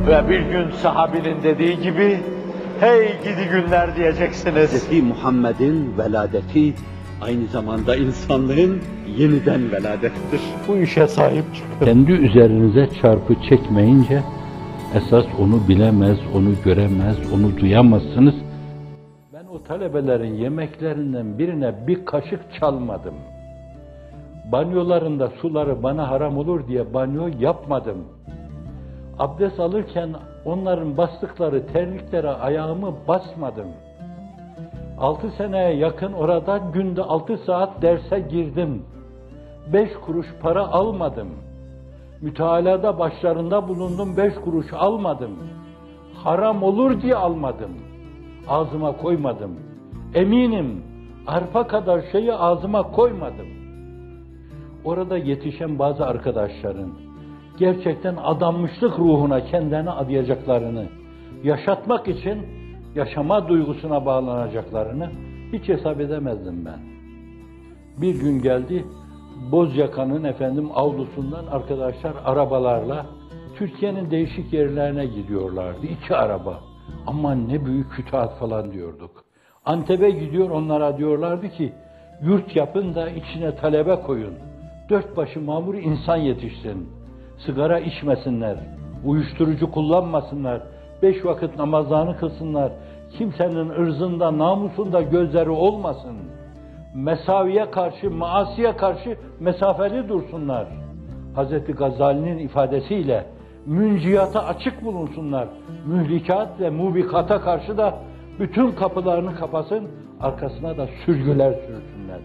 Ve bir gün sahabinin dediği gibi, hey gidi günler diyeceksiniz. Hz. Muhammed'in veladeti aynı zamanda insanlığın yeniden veladettir. Bu işe sahip çıkın. Kendi üzerinize çarpı çekmeyince, esas onu bilemez, onu göremez, onu duyamazsınız. Ben o talebelerin yemeklerinden birine bir kaşık çalmadım. Banyolarında suları bana haram olur diye banyo yapmadım. Abdest alırken onların bastıkları terliklere ayağımı basmadım. 6 seneye yakın orada günde 6 saat derse girdim. 5 kuruş para almadım. Mütealada başlarında bulundum, 5 kuruş almadım. Haram olur diye almadım. Ağzıma koymadım. Eminim arpa kadar şeyi ağzıma koymadım. Orada yetişen bazı arkadaşların gerçekten adanmışlık ruhuna kendilerini adayacaklarını, yaşatmak için yaşama duygusuna bağlanacaklarını hiç hesap edemezdim ben. Bir gün geldi, Bozyaka'nın avlusundan arkadaşlar arabalarla Türkiye'nin değişik yerlerine gidiyorlardı. 2 araba. Aman ne büyük kütüphat falan diyorduk. Antep'e gidiyor, onlara diyorlardı ki yurt yapın da içine talebe koyun. 4 başı mamur insan yetişsin. Sigara içmesinler, uyuşturucu kullanmasınlar, 5 vakit namazlarını kılsınlar, kimsenin ırzında, namusunda gözleri olmasın. Mesaviye karşı, maasiye karşı mesafeli dursunlar. Hz. Gazali'nin ifadesiyle münciyata açık bulunsunlar. Mühlikat ve mubikata karşı da bütün kapılarını kapasın, arkasına da sürgüler sürsünler.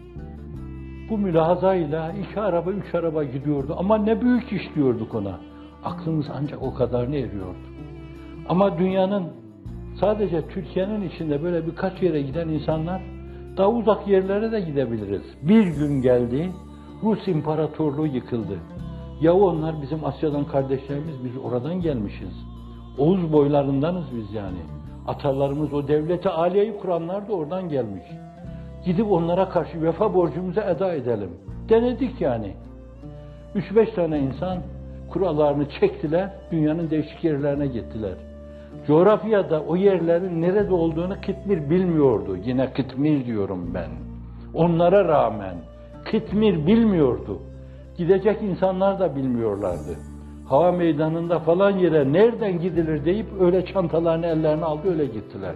Bu mülahazayla 2 araba, 3 araba gidiyordu. Ama ne büyük iş diyorduk ona. Aklımız ancak o kadarını eriyordu. Ama dünyanın, sadece Türkiye'nin içinde böyle birkaç yere giden insanlar, daha uzak yerlere de gidebiliriz. Bir gün geldi, Rus İmparatorluğu yıkıldı. Ya onlar bizim Asya'dan kardeşlerimiz, biz oradan gelmişiz. Oğuz boylarındanız biz yani. Atalarımız o devleti aliyeyi kuranlar da oradan gelmiş. Gidip onlara karşı vefa borcumuzu eda edelim. Denedik yani. 3-5 tane insan kurallarını çektiler, dünyanın değişik yerlerine gittiler. Coğrafyada o yerlerin nerede olduğunu Kıtmir bilmiyordu. Yine Kıtmir diyorum ben. Onlara rağmen Kıtmir bilmiyordu. Gidecek insanlar da bilmiyorlardı. Hava meydanında falan yere nereden gidilir deyip öyle çantalarını ellerine aldı, öyle gittiler.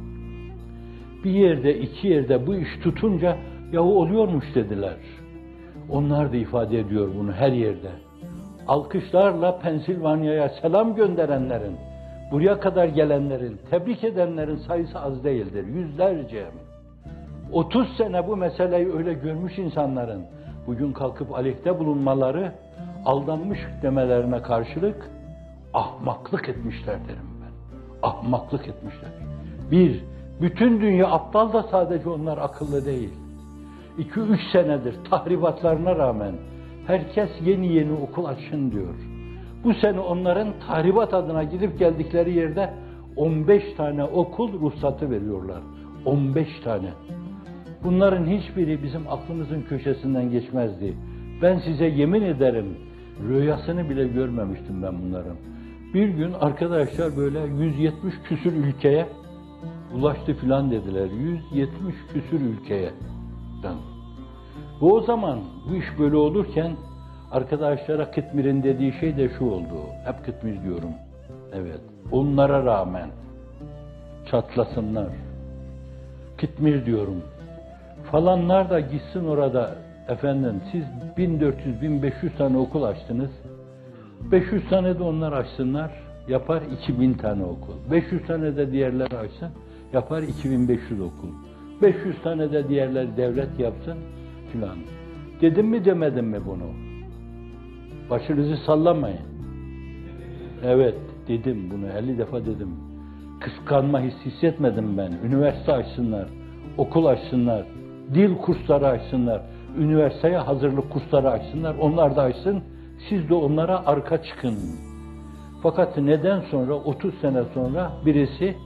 Bir yerde, 2 yerde bu iş tutunca yahu oluyormuş dediler. Onlar da ifade ediyor bunu her yerde. Alkışlarla Pensilvanya'ya selam gönderenlerin, buraya kadar gelenlerin, tebrik edenlerin sayısı az değildir, yüzlerce. 30 sene bu meseleyi öyle görmüş insanların bugün kalkıp aleyhte bulunmaları, aldanmış demelerine karşılık ahmaklık etmişler derim ben. Ahmaklık etmişler. Bütün dünya aptal da sadece onlar akıllı değil. 2-3 senedir tahribatlarına rağmen herkes yeni okul açın diyor. Bu sene onların tahribat adına gidip geldikleri yerde 15 tane okul ruhsatı veriyorlar. 15 tane. Bunların hiçbiri bizim aklımızın köşesinden geçmezdi. Ben size yemin ederim, rüyasını bile görmemiştim ben bunların. Bir gün arkadaşlar böyle 170 küsür ülkeye ulaştı filan dediler. 170 küsür ülkeye. Bu o zaman bu iş böyle olurken arkadaşlara Kıtmir'in dediği şey de şu oldu. Hep Kıtmir diyorum. Evet. Onlara rağmen çatlasınlar. Kıtmir diyorum. Falanlar da gitsin orada, efendim siz 1400-1500 tane okul açtınız. 500 tane de onlar açsınlar. Yapar 2000 tane okul. 500 tane de diğerleri açsın. Yapar 2500 okul. 500 tane de diğerleri devlet yapsın filan. Dedim mi demedim mi bunu? Başınızı sallamayın. Evet dedim bunu, 50 defa dedim. Kıskanma hissetmedim ben. Üniversite açsınlar, okul açsınlar, dil kursları açsınlar, üniversiteye hazırlık kursları açsınlar. Onlar da açsın, siz de onlara arka çıkın. Fakat neden sonra, 30 sene sonra birisi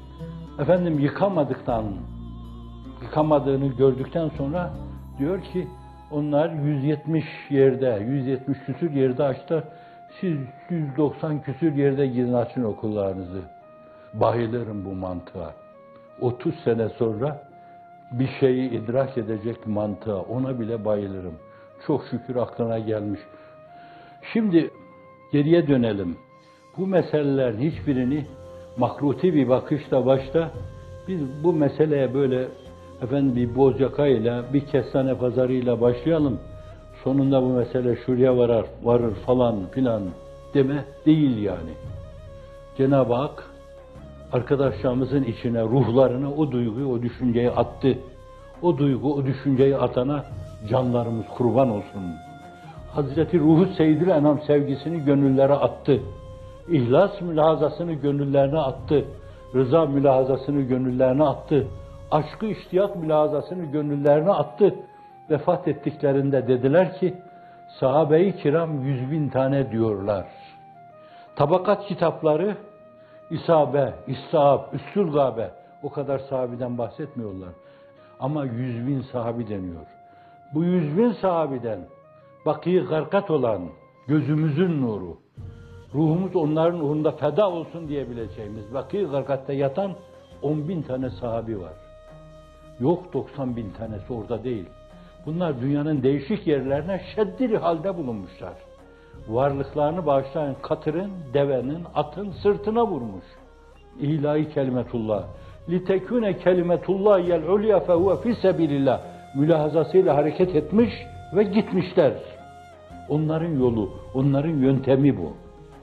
yıkamadığını gördükten sonra diyor ki onlar 170 küsur yerde açtı. Siz 190 küsür yerde gidin açın okullarınızı. Bayılırım bu mantığa. 30 sene sonra bir şeyi idrak edecek mantığa, ona bile bayılırım. Çok şükür aklına gelmiş. Şimdi geriye dönelim. Bu meselelerin hiçbirini mahruti bir bakışla başta, biz bu meseleye böyle bir bozyakayla, bir kestane pazarıyla başlayalım. Sonunda bu mesele şuraya varır falan filan deme değil yani. Cenab-ı Hak arkadaşlarımızın içine, ruhlarına o duyguyu, o düşünceyi attı. O duygu, o düşünceyi atana canlarımız kurban olsun. Hazreti Ruhu Seyyidül Enam sevgisini gönüllere attı. İhlas mülahazasını gönüllerine attı. Rıza mülahazasını gönüllerine attı. Aşkı iştiyak mülahazasını gönüllerine attı. Vefat ettiklerinde dediler ki, sahabe-i kiram 100.000 tane diyorlar. Tabakat kitapları, İsabe, İssahab, Üssülgabe, o kadar sahabiden bahsetmiyorlar. Ama 100.000 sahabi deniyor. Bu 100.000 sahabiden Baki garkat olan gözümüzün nuru, ruhumuz onların uğrunda feda olsun diyebileceğimiz Baki garkatta yatan 10.000 tane sahabi var. Yok 90.000 tanesi orada değil. Bunlar dünyanın değişik yerlerine şeddeli halde bulunmuşlar. Varlıklarını bağışlayan katırın, devenin, atın sırtına vurmuş. İlahi kelimetullah. Litekune kelimetullah yel ulya fehuve fi sebilillah mülahazasıyla hareket etmiş ve gitmişler. Onların yolu, onların yöntemi bu.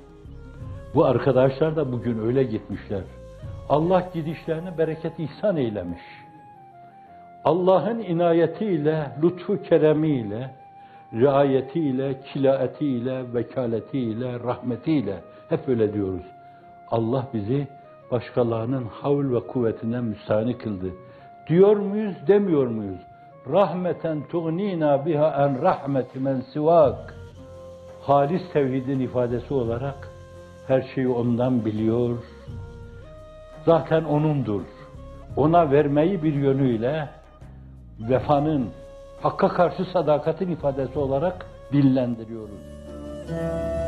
Bu arkadaşlar da bugün öyle gitmişler. Allah gidişlerine bereket ihsan eylemiş. Allah'ın inayetiyle, lütfu keremiyle, riayetiyle, kilaetiyle, vekaletiyle, rahmetiyle hep öyle diyoruz. Allah bizi başkalarının havl ve kuvvetinden müstahni kıldı. Diyor muyuz, demiyor muyuz? Rahmeten tuğnina biha en rahmeti men sivak. Halis tevhidin ifadesi olarak her şeyi ondan biliyor. Zaten O'nundur. Ona vermeyi bir yönüyle vefanın, hakka karşı sadakatin ifadesi olarak dillendiriyoruz.